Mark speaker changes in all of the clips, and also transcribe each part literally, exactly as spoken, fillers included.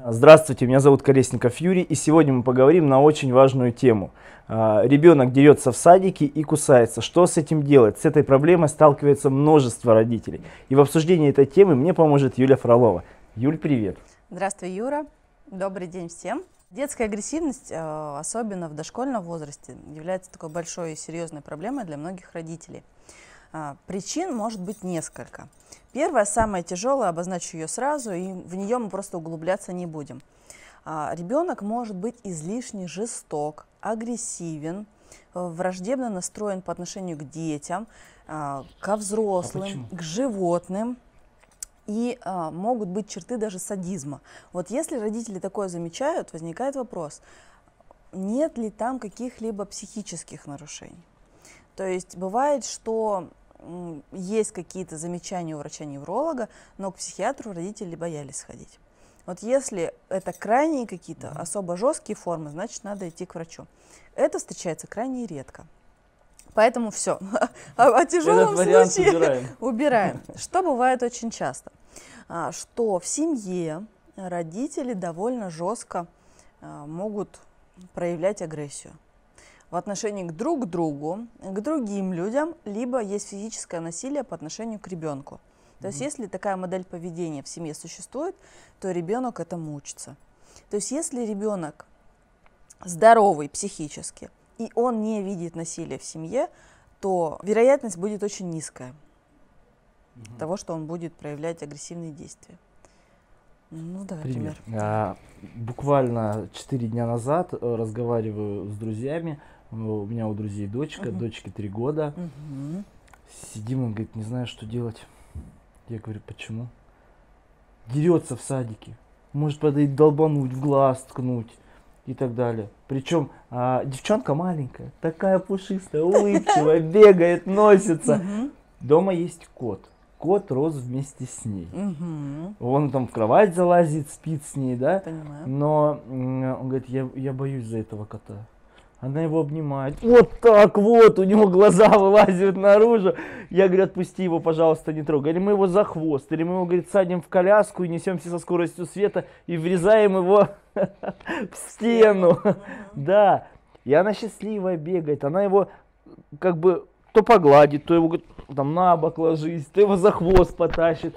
Speaker 1: Здравствуйте, меня зовут Колесников Юрий, и сегодня мы поговорим на очень важную тему. Ребенок дерется в садике и кусается. Что с этим делать? С этой проблемой сталкивается множество родителей. И в обсуждении этой темы мне поможет Юлия Фролова. Юль, привет.
Speaker 2: Здравствуй, Юра. Добрый день всем. Детская агрессивность, особенно в дошкольном возрасте, является такой большой и серьезной проблемой для многих родителей. Причин может быть несколько. Первая, самая тяжелая, обозначу ее сразу, и в нее мы просто углубляться не будем. Ребенок может быть излишне жесток, агрессивен, враждебно настроен по отношению к детям, ко взрослым, а к животным. И а, могут быть черты даже садизма. Вот если родители такое замечают, возникает вопрос, нет ли там каких-либо психических нарушений. То есть бывает, что м, есть какие-то замечания у врача-невролога, но к психиатру родители боялись сходить. Вот если это крайние какие-то особо жесткие формы, значит, надо идти к врачу. Это встречается крайне редко. Поэтому все. О тяжелом случае убираем. убираем. Что бывает очень часто? Что в семье родители довольно жестко могут проявлять агрессию в отношении к друг другу, к другим людям, либо есть физическое насилие по отношению к ребенку. То есть если такая модель поведения в семье существует, то ребенок этому учится. То есть если ребенок здоровый психически, и он не видит насилия в семье, то вероятность будет очень низкая угу. того, что он будет проявлять агрессивные действия. Ну, давай пример.
Speaker 1: А, буквально четыре дня назад разговариваю с друзьями. У меня у друзей дочка, угу. дочке три года. Угу. Сидим, он говорит, не знаю, что делать. Я говорю, почему? Дерется в садике. Может подойти долбануть, в глаз ткнуть. И так далее. Причем а, девчонка маленькая, такая пушистая, улыбчивая, бегает, носится. Дома есть кот. Кот рос вместе с ней. Он там в кровать залазит, спит с ней, да? Но он говорит, я, я боюсь за этого кота. Она его обнимает. Вот так вот, у него глаза вылазят наружу. Я говорю, отпусти его, пожалуйста, не трогай. Или мы его за хвост, или мы его, говорит, садим в коляску и несемся со скоростью света и врезаем его в стену. Да. И она счастливая бегает. Она его как бы то погладит, то его там на бок ложись, то его за хвост потащит.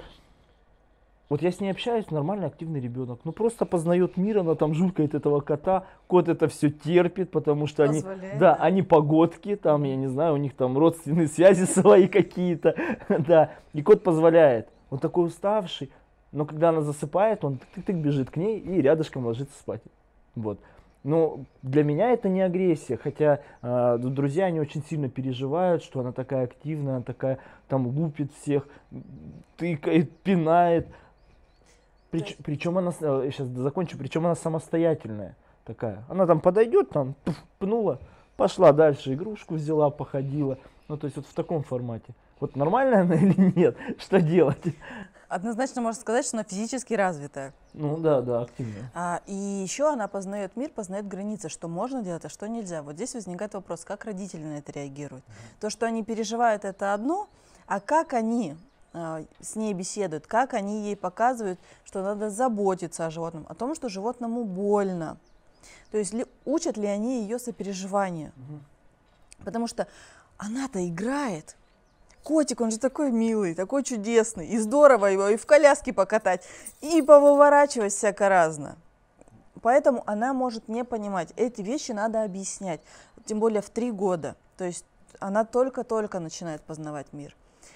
Speaker 1: Вот я с ней общаюсь, нормальный, активный ребенок. Ну просто познает мир, она там жуткает этого кота. Кот это все терпит, потому что они, да, они погодки, там, я не знаю, у них там родственные связи свои какие-то. Да, и кот позволяет. Он такой уставший, но когда она засыпает, он тык-тык бежит к ней и рядышком ложится спать. Вот. Но для меня это не агрессия, хотя э, друзья, они очень сильно переживают, что она такая активная, она такая, там, лупит всех, тыкает, пинает. Прич, причем она, я сейчас закончу, причем она самостоятельная такая. Она там подойдет, там, пф, пнула, пошла дальше, игрушку взяла, походила. Ну, то есть вот в таком формате. Вот нормальная она или нет? Что делать?
Speaker 2: Однозначно можно сказать, что она физически развитая.
Speaker 1: Ну да, да, активная.
Speaker 2: А, и еще она познает мир, познает границы, что можно делать, а что нельзя. Вот здесь возникает вопрос, как родители на это реагируют. Mm-hmm. То, что они переживают, это одно, а как они а, с ней беседуют, как они ей показывают, что надо заботиться о животном, о том, что животному больно. То есть ли, учат ли они ее сопереживанию. Mm-hmm. Потому что она-то играет. Котик, он же такой милый, такой чудесный, и здорово его и в коляске покатать, и повыворачивать всяко разно. Поэтому она может не понимать, эти вещи надо объяснять, тем более в три года, то есть она только-только начинает познавать мир.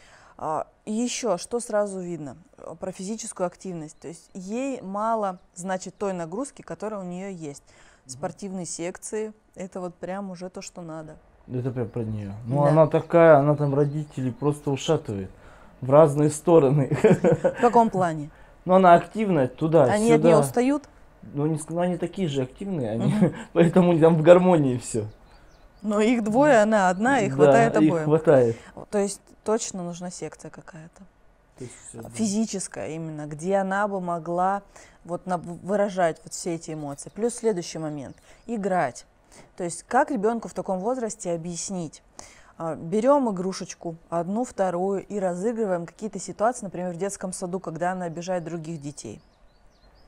Speaker 2: И еще, что сразу видно про физическую активность, то есть ей мало, значит, той нагрузки, которая у нее есть. Спортивные секции, это вот прям уже то, что надо.
Speaker 1: Это прям про нее. Ну да. Она такая, она там родителей просто ушатывает в разные стороны.
Speaker 2: В каком плане?
Speaker 1: Ну она активная туда,
Speaker 2: они
Speaker 1: сюда.
Speaker 2: От нее устают?
Speaker 1: Ну они, ну, они такие же активные, они, угу. Поэтому там в гармонии все.
Speaker 2: Но их двое, она одна, и хватает
Speaker 1: да,
Speaker 2: обоим.
Speaker 1: Их хватает.
Speaker 2: То есть точно нужна секция какая-то. Все, физическая да. именно, где она бы могла вот, на, выражать вот все эти эмоции. Плюс следующий момент – играть. То есть как ребенку в таком возрасте объяснить? Берем игрушечку, одну, вторую, и разыгрываем какие-то ситуации, например, в детском саду, когда она обижает других детей.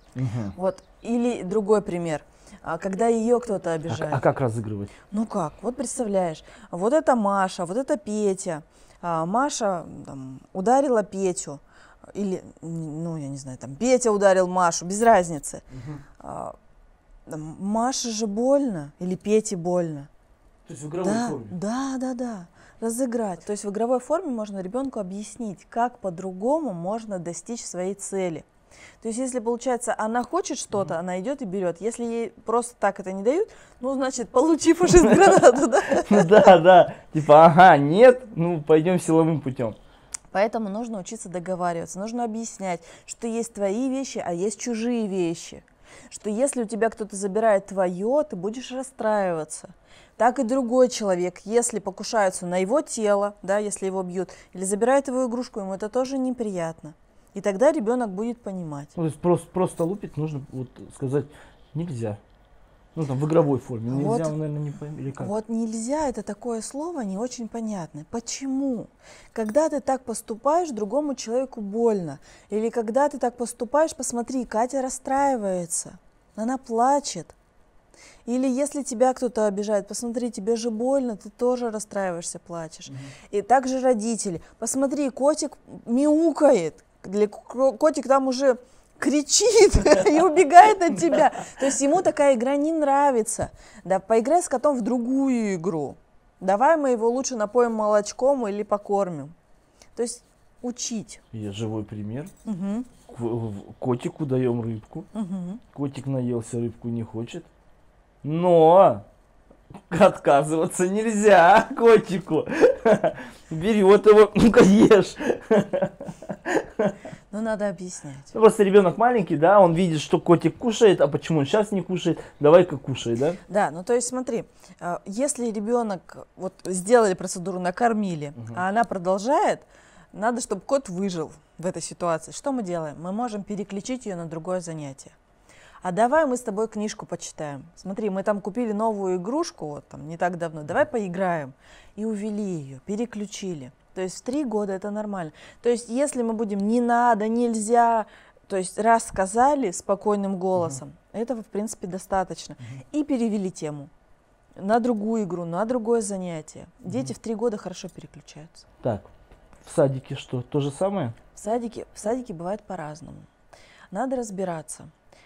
Speaker 1: Угу.
Speaker 2: Вот. Или другой пример. Когда ее кто-то обижает.
Speaker 1: А, а как разыгрывать?
Speaker 2: Ну как? Вот представляешь, вот это Маша, вот это Петя. А, Маша там, ударила Петю. Или, ну, я не знаю, там, Петя ударил Машу, без разницы.
Speaker 1: Угу.
Speaker 2: А, Маше же больно, или Пете больно.
Speaker 1: То есть в игровой
Speaker 2: да,
Speaker 1: форме?
Speaker 2: Да, да, да. Разыграть. То есть в игровой форме можно ребенку объяснить, как по-другому можно достичь своей цели. То есть если, получается, она хочет что-то, mm-hmm. она идет и берет. Если ей просто так это не дают, ну, значит, получи фашист-гранату, да?
Speaker 1: Да, да. Типа, ага, нет, ну, пойдем силовым путем.
Speaker 2: Поэтому нужно учиться договариваться, нужно объяснять, что есть твои вещи, а есть чужие вещи. Что если у тебя кто-то забирает твое, ты будешь расстраиваться. Так и другой человек, если покушаются на его тело, да, если его бьют, или забирают его игрушку, ему это тоже неприятно. И тогда ребенок будет понимать.
Speaker 1: Ну, то есть просто, просто лупить нужно вот сказать нельзя. Ну там в игровой форме. Нельзя,
Speaker 2: вот,
Speaker 1: он, наверное, не поймет. Или как?
Speaker 2: Вот нельзя, это такое слово не очень понятное. Почему? Когда ты так поступаешь, другому человеку больно. Или когда ты так поступаешь, посмотри, Катя расстраивается, она плачет. Или если тебя кто-то обижает, посмотри, тебе же больно, ты тоже расстраиваешься, плачешь. Mm-hmm. И также родители. Посмотри, котик мяукает. Котик там уже кричит и убегает от тебя. То есть ему такая игра не нравится. Да, поиграй с котом в другую игру. Давай мы его лучше напоим молочком или покормим. То есть учить.
Speaker 1: Есть живой пример.
Speaker 2: Угу.
Speaker 1: Котику даем рыбку.
Speaker 2: Угу.
Speaker 1: Котик наелся, рыбку не хочет. Но отказываться нельзя котику. Берет его, ну-ка ешь.
Speaker 2: Ну, надо объяснять.
Speaker 1: Ну, просто ребенок маленький, да, он видит, что котик кушает, а почему он сейчас не кушает, давай-ка кушай, да?
Speaker 2: Да, ну то есть смотри, если ребенок, вот сделали процедуру, накормили, угу. а она продолжает, надо, чтобы кот выжил в этой ситуации. Что мы делаем? Мы можем переключить ее на другое занятие. А давай мы с тобой книжку почитаем. Смотри, мы там купили новую игрушку, вот там не так давно, давай поиграем. И увели ее, переключили. То есть в три года это нормально. То есть если мы будем не надо, нельзя, то есть раз сказали спокойным голосом, uh-huh. этого в принципе достаточно. Uh-huh. И перевели тему на другую игру, на другое занятие. Uh-huh. Дети в три года хорошо переключаются.
Speaker 1: Так, в садике что, то же самое?
Speaker 2: В садике, в садике бывает по-разному. Надо разбираться.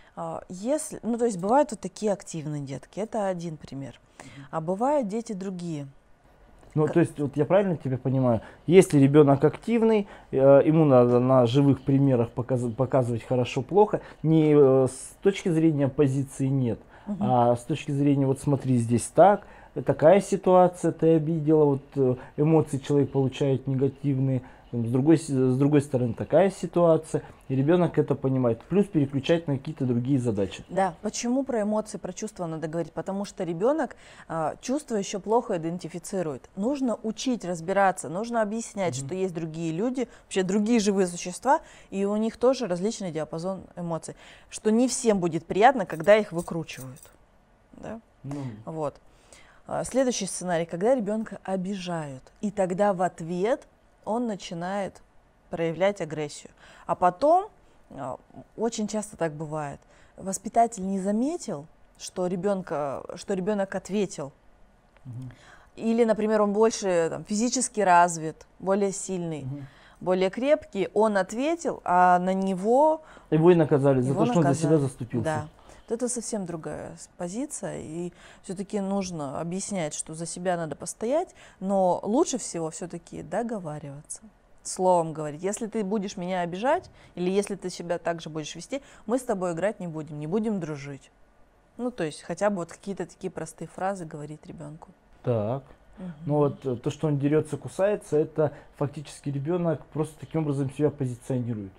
Speaker 2: Если, ну, то есть бывают вот такие активные детки, это один пример. А бывают дети другие.
Speaker 1: Ну, то есть, вот я правильно тебя понимаю, если ребенок активный, э, ему надо на живых примерах показ- показывать хорошо-плохо, не э, с точки зрения позиции нет, угу. а с точки зрения, вот смотри, здесь так, такая ситуация, ты обидела, вот э, эмоции человек получает негативные, с другой, с другой стороны такая ситуация, и ребенок это понимает. Плюс переключать на какие-то другие задачи.
Speaker 2: Да, почему про эмоции, про чувства надо говорить? Потому что ребенок э, чувства еще плохо идентифицирует. Нужно учить разбираться, нужно объяснять, mm-hmm. что есть другие люди, вообще другие живые существа, и у них тоже различный диапазон эмоций. Что не всем будет приятно, когда их выкручивают. Да? Mm-hmm. Вот. Следующий сценарий, когда ребенка обижают, и тогда в ответ он начинает проявлять агрессию. А потом, очень часто так бывает, воспитатель не заметил, что, ребенка, что ребенок ответил. Угу. Или, например, он больше там, физически развит, более сильный, угу. более крепкий, он ответил, а на него...
Speaker 1: Его и наказали за
Speaker 2: его
Speaker 1: то, что
Speaker 2: наказали.
Speaker 1: он за себя заступился.
Speaker 2: Да. Это совсем другая позиция, и все-таки нужно объяснять, что за себя надо постоять, но лучше всего все-таки договариваться, словом говорить. Если ты будешь меня обижать, или если ты себя так же будешь вести, мы с тобой играть не будем, не будем дружить. Ну, то есть хотя бы вот какие-то такие простые фразы говорить ребенку.
Speaker 1: Так. Угу. Ну вот то, что он дерется, кусается, это фактически ребенок просто таким образом себя позиционирует.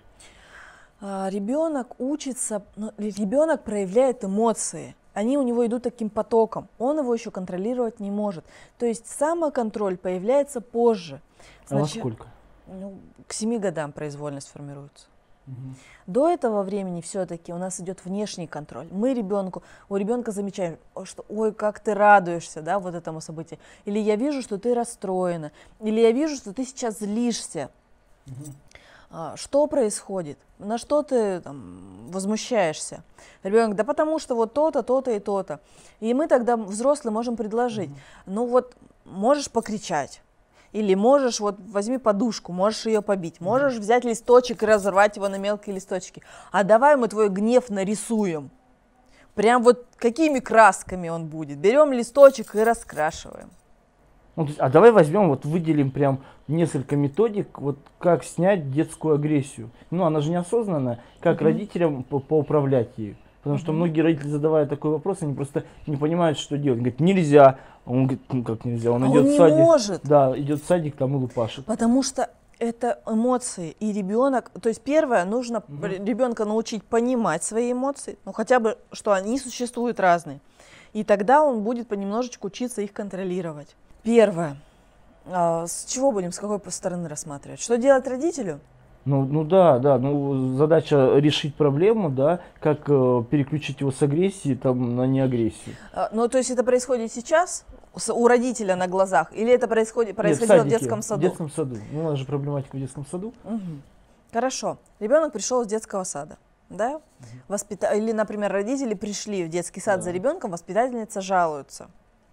Speaker 2: Ребенок учится, ну, ребенок проявляет эмоции, они у него идут таким потоком, он его еще контролировать не может. То есть самоконтроль появляется позже.
Speaker 1: Значит, а во сколько?
Speaker 2: Ну, к семи годам произвольность формируется.
Speaker 1: Угу.
Speaker 2: До этого времени все-таки у нас идет внешний контроль. Мы ребенку, у ребенка замечаем, что ой, как ты радуешься, да, вот этому событию. Или я вижу, что ты расстроена, или я вижу, что ты сейчас злишься.
Speaker 1: Угу.
Speaker 2: Что происходит? На что ты там возмущаешься? Ребенок, да потому что вот то-то, то-то и то-то. И мы тогда, взрослые, можем предложить, mm-hmm. ну вот можешь покричать, или можешь, вот возьми подушку, можешь ее побить, mm-hmm. можешь взять листочек и разорвать его на мелкие листочки. А давай мы твой гнев нарисуем. Прям вот какими красками он будет. Берем листочек и раскрашиваем.
Speaker 1: Ну, то есть, а давай возьмем, вот выделим прям несколько методик, вот как снять детскую агрессию. Ну, она же неосознанная, как mm-hmm. родителям по поуправлять ею. Потому mm-hmm. что многие родители, задавая такой вопрос, они просто не понимают, что делать. Говорят, нельзя. Он говорит, ну как нельзя, он а идет
Speaker 2: он
Speaker 1: в садик.
Speaker 2: Не может.
Speaker 1: Да, идет в садик, там и лупашит.
Speaker 2: Потому что это эмоции, и ребенок, то есть первое, нужно mm-hmm. ребенка научить понимать свои эмоции, ну хотя бы, что они существуют разные. И тогда он будет понемножечку учиться их контролировать. Первое. А, с чего будем, с какой стороны рассматривать? Что делать родителю?
Speaker 1: Ну, ну да, да, ну задача решить проблему, да, как э, переключить его с агрессии там, на неагрессию.
Speaker 2: А, ну то есть это происходит сейчас с, у родителя на глазах, или это происходит, происходило Нет, в, садике, в детском саду?
Speaker 1: В детском саду. Ну, у нас же проблематика в детском саду.
Speaker 2: Угу. Хорошо. Ребенок пришел из детского сада, да? Угу. Воспита... Или, например, родители пришли в детский сад да. за ребенком, воспитательница жалуется.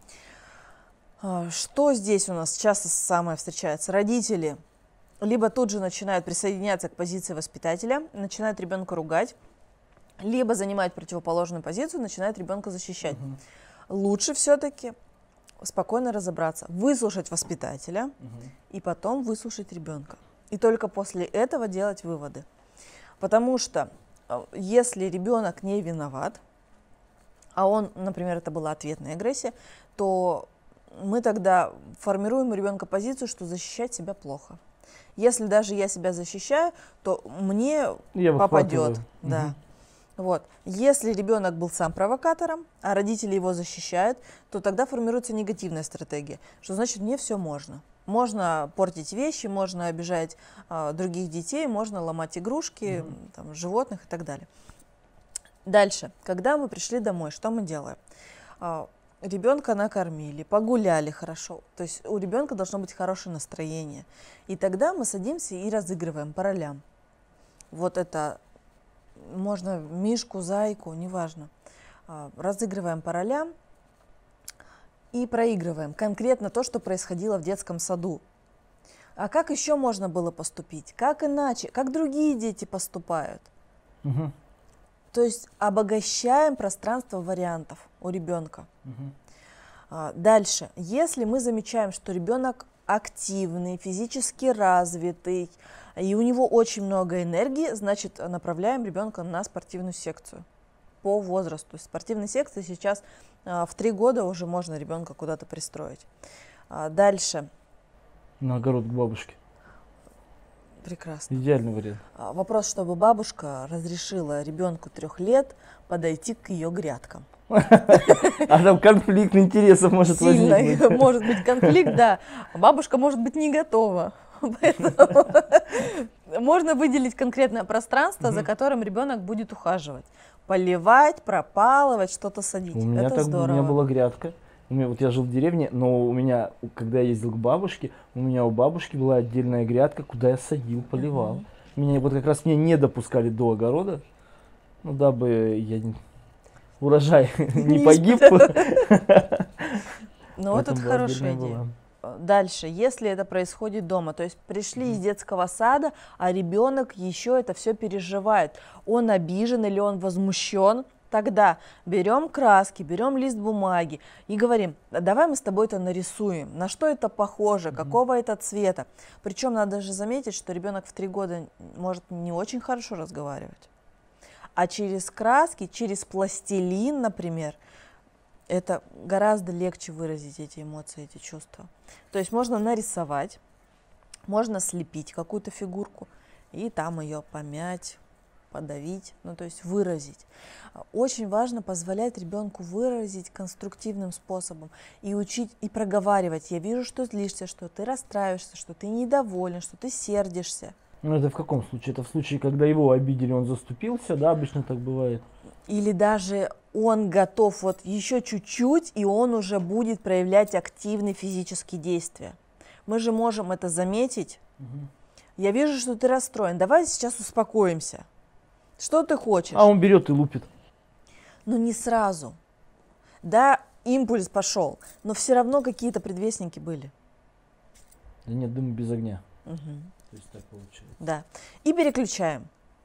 Speaker 2: Что здесь у нас часто самое встречается? Родители либо тут же начинают присоединяться к позиции воспитателя, начинают ребенка ругать, либо занимают противоположную позицию, начинают ребенка защищать. Угу. Лучше все-таки спокойно разобраться, выслушать воспитателя угу. и потом выслушать ребенка. И только после этого делать выводы. Потому что если ребенок не виноват, а он, например, это была ответная агрессия, то мы тогда формируем у ребенка позицию, что защищать себя плохо. Если даже я себя защищаю, то мне я попадет. Да. Угу. Вот. Если ребенок был сам провокатором, а родители его защищают, то тогда формируется негативная стратегия, что значит мне все можно. Можно портить вещи, можно обижать а, других детей, можно ломать игрушки, угу. там, животных и так далее. Дальше. Когда мы пришли домой, что мы делаем? Ребенка накормили, погуляли хорошо. То есть у ребенка должно быть хорошее настроение. И тогда мы садимся и разыгрываем по ролям. Вот это можно мишку, зайку, неважно. Разыгрываем по ролям и проигрываем конкретно то, что происходило в детском саду. А как еще можно было поступить? Как иначе? Как другие дети поступают? Угу. То есть обогащаем пространство вариантов у ребенка. Угу. Дальше, если мы замечаем, что ребенок активный, физически развитый, и у него очень много энергии, значит, направляем ребенка на спортивную секцию по возрасту. Спортивные секции сейчас в три года уже можно ребенка куда-то пристроить. Дальше.
Speaker 1: На огород к бабушке.
Speaker 2: Прекрасно.
Speaker 1: Идеальный вариант.
Speaker 2: Вопрос, чтобы бабушка разрешила ребенку трех лет подойти к ее грядкам.
Speaker 1: А там конфликт интересов может возникнуть.
Speaker 2: Может быть конфликт, да. Бабушка может быть не готова. Можно выделить конкретное пространство, за которым ребенок будет ухаживать. Поливать, пропалывать, что-то садить.
Speaker 1: У меня
Speaker 2: Это
Speaker 1: так,
Speaker 2: здорово.
Speaker 1: У меня была грядка. У меня, вот я жил в деревне, но у меня, когда я ездил к бабушке, у меня у бабушки была отдельная грядка, куда я садил, поливал. Uh-huh. Меня вот как раз меня не допускали до огорода, ну дабы я не, урожай не погиб.
Speaker 2: Ну вот это хорошая идея. Дальше, если это происходит дома, то есть пришли из детского сада, а ребенок еще это все переживает, он обижен или он возмущен, тогда берем краски, берем лист бумаги и говорим, давай мы с тобой это нарисуем, на что это похоже, mm-hmm. какого это цвета. Причем надо же заметить, что ребенок в три года может не очень хорошо разговаривать. А через краски, через пластилин, например, это гораздо легче выразить эти эмоции, эти чувства. То есть можно нарисовать, можно слепить какую-то фигурку и там ее помять, подавить, ну то есть выразить. Очень важно позволять ребенку выразить конструктивным способом и учить, и проговаривать. Я вижу, что злишься, что ты расстраиваешься, что ты недоволен, что ты сердишься.
Speaker 1: Ну это в каком случае? Это в случае, когда его обидели, он заступился, да, обычно так бывает.
Speaker 2: Или даже он готов вот еще чуть-чуть, и он уже будет проявлять активные физические действия. Мы же можем это заметить. Угу. я вижу, что ты расстроен, давай сейчас успокоимся. Что ты хочешь?
Speaker 1: А он берет и лупит.
Speaker 2: Ну не сразу. Да, импульс пошел, но все равно какие-то предвестники были.
Speaker 1: Да нет дыма без огня.
Speaker 2: Угу.
Speaker 1: То есть так получается.
Speaker 2: Да. И переключаем.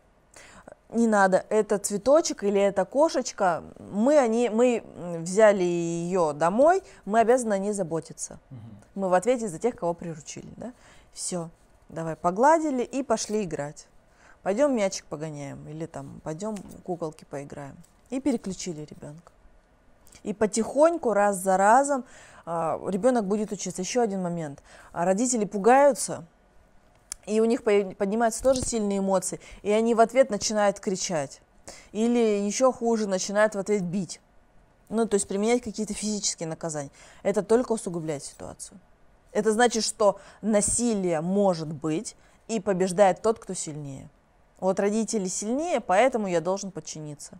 Speaker 2: Не надо, это цветочек или это кошечка, мы, они, мы взяли ее домой, мы обязаны о ней заботиться. Угу. Мы в ответе за тех, кого приручили. Да? Все, давай погладили и пошли играть. Пойдем мячик погоняем или там пойдем куколки поиграем. И переключили ребенка. И потихоньку, раз за разом, ребенок будет учиться. Еще один момент. Родители пугаются, и у них поднимаются тоже сильные эмоции, и они в ответ начинают кричать. Или еще хуже, начинают в ответ бить. Ну, то есть применять какие-то физические наказания. Это только усугубляет ситуацию. Это значит, что насилие может быть, и побеждает тот, кто сильнее. Вот родители сильнее, поэтому я должен подчиниться.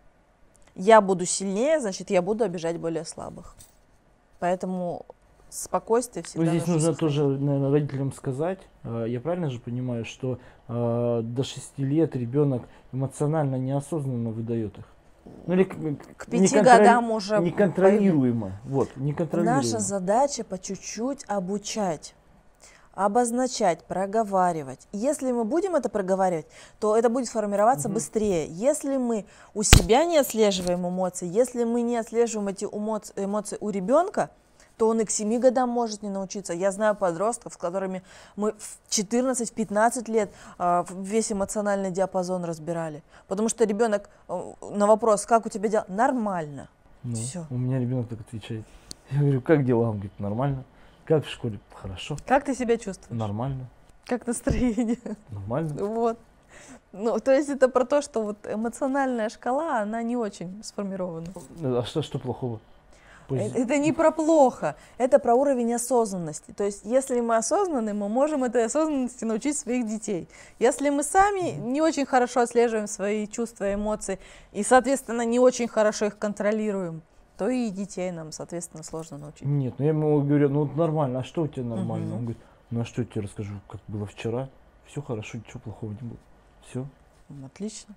Speaker 2: Я буду сильнее, значит, я буду обижать более слабых. Поэтому спокойствие всегда.
Speaker 1: Ну, здесь нужно
Speaker 2: сохранить.
Speaker 1: тоже, наверное, родителям сказать, я правильно же понимаю, что э, до шести лет ребенок эмоционально неосознанно выдает их? Ну, или
Speaker 2: к пяти годам уже
Speaker 1: неконтролируемо. Вот, неконтролируемо.
Speaker 2: Наша задача по чуть-чуть обучать, обозначать, проговаривать. Если мы будем это проговаривать, то это будет формироваться угу. быстрее. Если мы у себя не отслеживаем эмоции, если мы не отслеживаем эти эмоции, эмоции у ребенка, то он и к семи годам может не научиться. Я знаю подростков, с которыми мы в четырнадцать-пятнадцать лет э, весь эмоциональный диапазон разбирали. Потому что ребенок э, на вопрос, как у тебя дела, нормально.
Speaker 1: Ну,
Speaker 2: Все.
Speaker 1: У меня ребенок так отвечает. Я говорю, как дела? Он говорит, нормально. Как в школе? Хорошо.
Speaker 2: Как ты себя чувствуешь?
Speaker 1: Нормально.
Speaker 2: Как настроение?
Speaker 1: Нормально.
Speaker 2: Вот. Ну, то есть это про то, что вот эмоциональная шкала, она не очень сформирована.
Speaker 1: А что, что плохого?
Speaker 2: Пусть... Это не про плохо, это про уровень осознанности. То есть, если мы осознаны, мы можем этой осознанности научить своих детей. Если мы сами не очень хорошо отслеживаем свои чувства, эмоции и, соответственно, не очень хорошо их контролируем, то и детей нам, соответственно, сложно научить.
Speaker 1: Нет, ну я ему говорю, ну нормально, а что у тебя нормально?
Speaker 2: Угу.
Speaker 1: Он говорит, ну а что я тебе расскажу, как было вчера? Все хорошо, ничего плохого не было. Все.
Speaker 2: Отлично.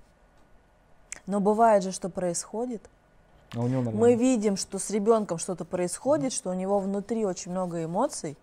Speaker 2: Но бывает же, что происходит.
Speaker 1: А у него
Speaker 2: Мы видим, что с ребенком что-то происходит, mm-hmm. что у него внутри очень много эмоций,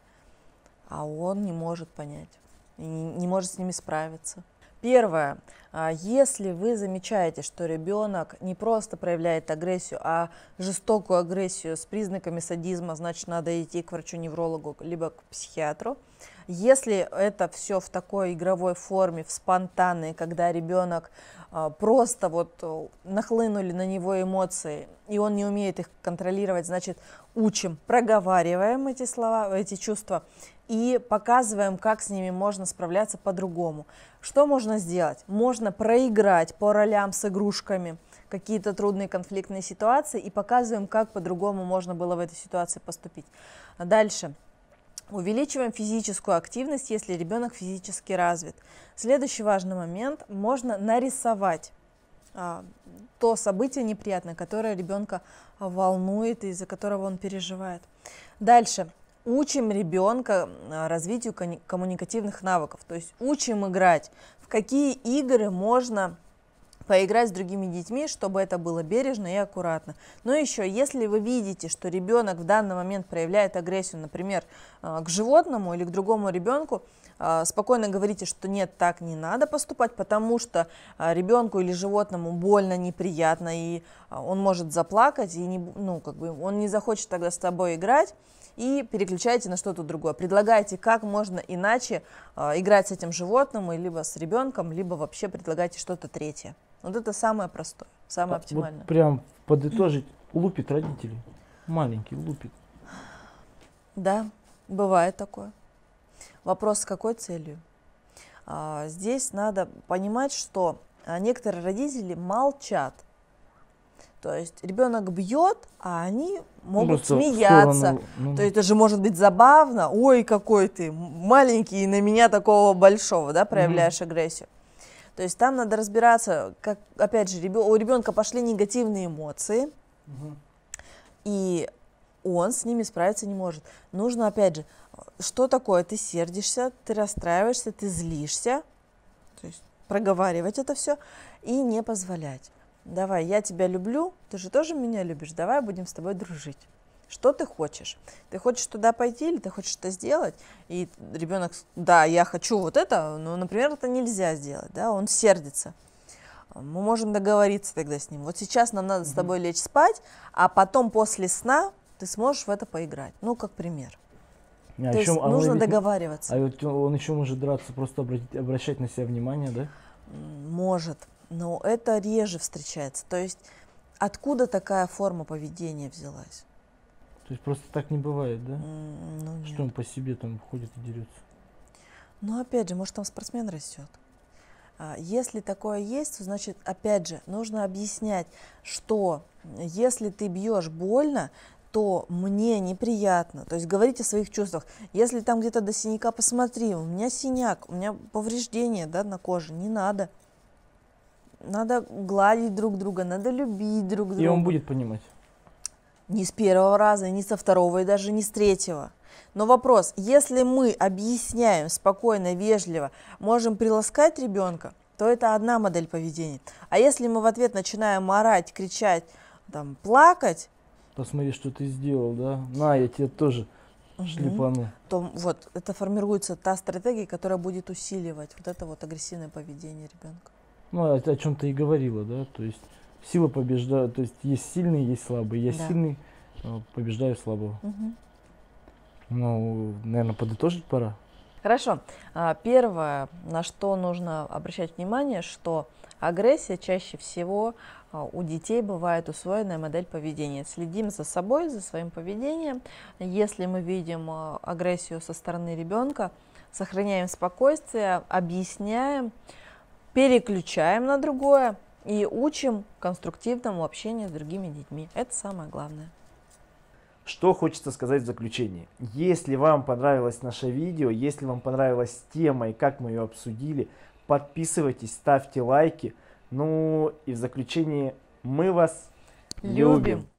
Speaker 2: а он не может понять, и не может с ними справиться. Первое. Если вы замечаете, что ребенок не просто проявляет агрессию, а жестокую агрессию с признаками садизма, значит, надо идти к врачу-неврологу, либо к психиатру. Если это все в такой игровой форме, в спонтанной, когда ребенок просто вот нахлынули на него эмоции, и он не умеет их контролировать, значит, учим, проговариваем эти слова, эти чувства и показываем, как с ними можно справляться по-другому. Что можно сделать? Можно проиграть по ролям с игрушками какие-то трудные конфликтные ситуации и показываем, как по-другому можно было в этой ситуации поступить. Дальше. Увеличиваем физическую активность, если ребенок физически развит. Следующий важный момент. Можно нарисовать а, то событие неприятное, которое ребенка волнует и из-за которого он переживает. Дальше. Учим ребенка развитию коммуникативных навыков. То есть учим играть. В какие игры можно поиграть с другими детьми, чтобы это было бережно и аккуратно. Но еще, если вы видите, что ребенок в данный момент проявляет агрессию, например, к животному или к другому ребенку, спокойно говорите, что нет, так не надо поступать, потому что ребенку или животному больно, неприятно, и он может заплакать, и не, ну, как бы он не захочет тогда с тобой играть, и переключайте на что-то другое. Предлагайте, как можно иначе играть с этим животным, либо с ребенком, либо вообще предлагайте что-то третье. Вот это самое простое, самое
Speaker 1: а,
Speaker 2: оптимальное.
Speaker 1: Вот прям подытожить, лупит родителей, маленький лупит.
Speaker 2: Да, бывает такое. Вопрос, с какой целью? А, здесь надо понимать, что некоторые родители молчат. То есть ребенок бьет, а они могут ну, смеяться. Сторону, ну... То есть это же может быть забавно. Ой, какой ты маленький, и на меня такого большого, да, проявляешь mm-hmm. агрессию. То есть там надо разбираться, как, опять же, ребё- у ребенка пошли негативные эмоции, угу. и он с ними справиться не может. Нужно, опять же, Что такое? Ты сердишься, ты расстраиваешься, ты злишься. То есть проговаривать это все и не позволять. Давай, я тебя люблю, ты же тоже меня любишь, давай будем с тобой дружить. Что ты хочешь? Ты хочешь туда пойти или ты хочешь это сделать? И ребенок, да, я хочу вот это, но, например, это нельзя сделать, да, он сердится. Мы можем договориться тогда с ним. Вот сейчас нам надо с тобой лечь спать, а потом после сна ты сможешь в это поиграть. Ну, как пример.
Speaker 1: А
Speaker 2: То есть
Speaker 1: еще, а
Speaker 2: нужно
Speaker 1: ведь,
Speaker 2: договариваться.
Speaker 1: а вот он еще может драться, просто обратить, обращать на себя внимание, да?
Speaker 2: Может, но это реже встречается. То есть откуда такая форма поведения взялась?
Speaker 1: То есть просто так не бывает, да?
Speaker 2: М, Ну,
Speaker 1: Что
Speaker 2: нет.
Speaker 1: он по себе там ходит и дерется.
Speaker 2: Но опять же, может, там спортсмен растет. А, Если такое есть, то значит, опять же, нужно объяснять, что если ты бьешь больно, то мне неприятно. То есть говорить о своих чувствах. Если там где-то до синяка, посмотри, у меня синяк, у меня повреждение, да, на коже, не надо. Надо гладить друг друга, надо любить друг друга.
Speaker 1: И он будет понимать.
Speaker 2: Не с первого раза, не со второго и даже не с третьего. Но вопрос, если мы объясняем спокойно, вежливо, можем приласкать ребенка, то это одна модель поведения. А если мы в ответ начинаем орать, кричать, там, плакать,
Speaker 1: Посмотри, что ты сделал, да? На, я тебе тоже шлепану.
Speaker 2: то вот это формируется та стратегия, которая будет усиливать вот это вот агрессивное поведение ребенка.
Speaker 1: Ну, о, о чем ты и говорила, да? То есть сила побеждает, то есть есть сильный, есть слабый. Я
Speaker 2: Да.
Speaker 1: сильный, э, побеждаю слабого.
Speaker 2: Мгм.
Speaker 1: Ну, наверное, подытожить пора.
Speaker 2: Хорошо. А, Первое, на что нужно обращать внимание, что агрессия чаще всего а, у детей бывает усвоенная модель поведения. Следим за собой, за своим поведением. Если мы видим а, агрессию со стороны ребенка, сохраняем спокойствие, объясняем, переключаем на другое и учим конструктивному общению с другими детьми. Это самое главное.
Speaker 1: Что хочется сказать в заключении. Если вам понравилось наше видео, если вам понравилась тема и как мы ее обсудили, подписывайтесь, ставьте лайки. Ну и в заключении мы вас любим.
Speaker 2: Любим.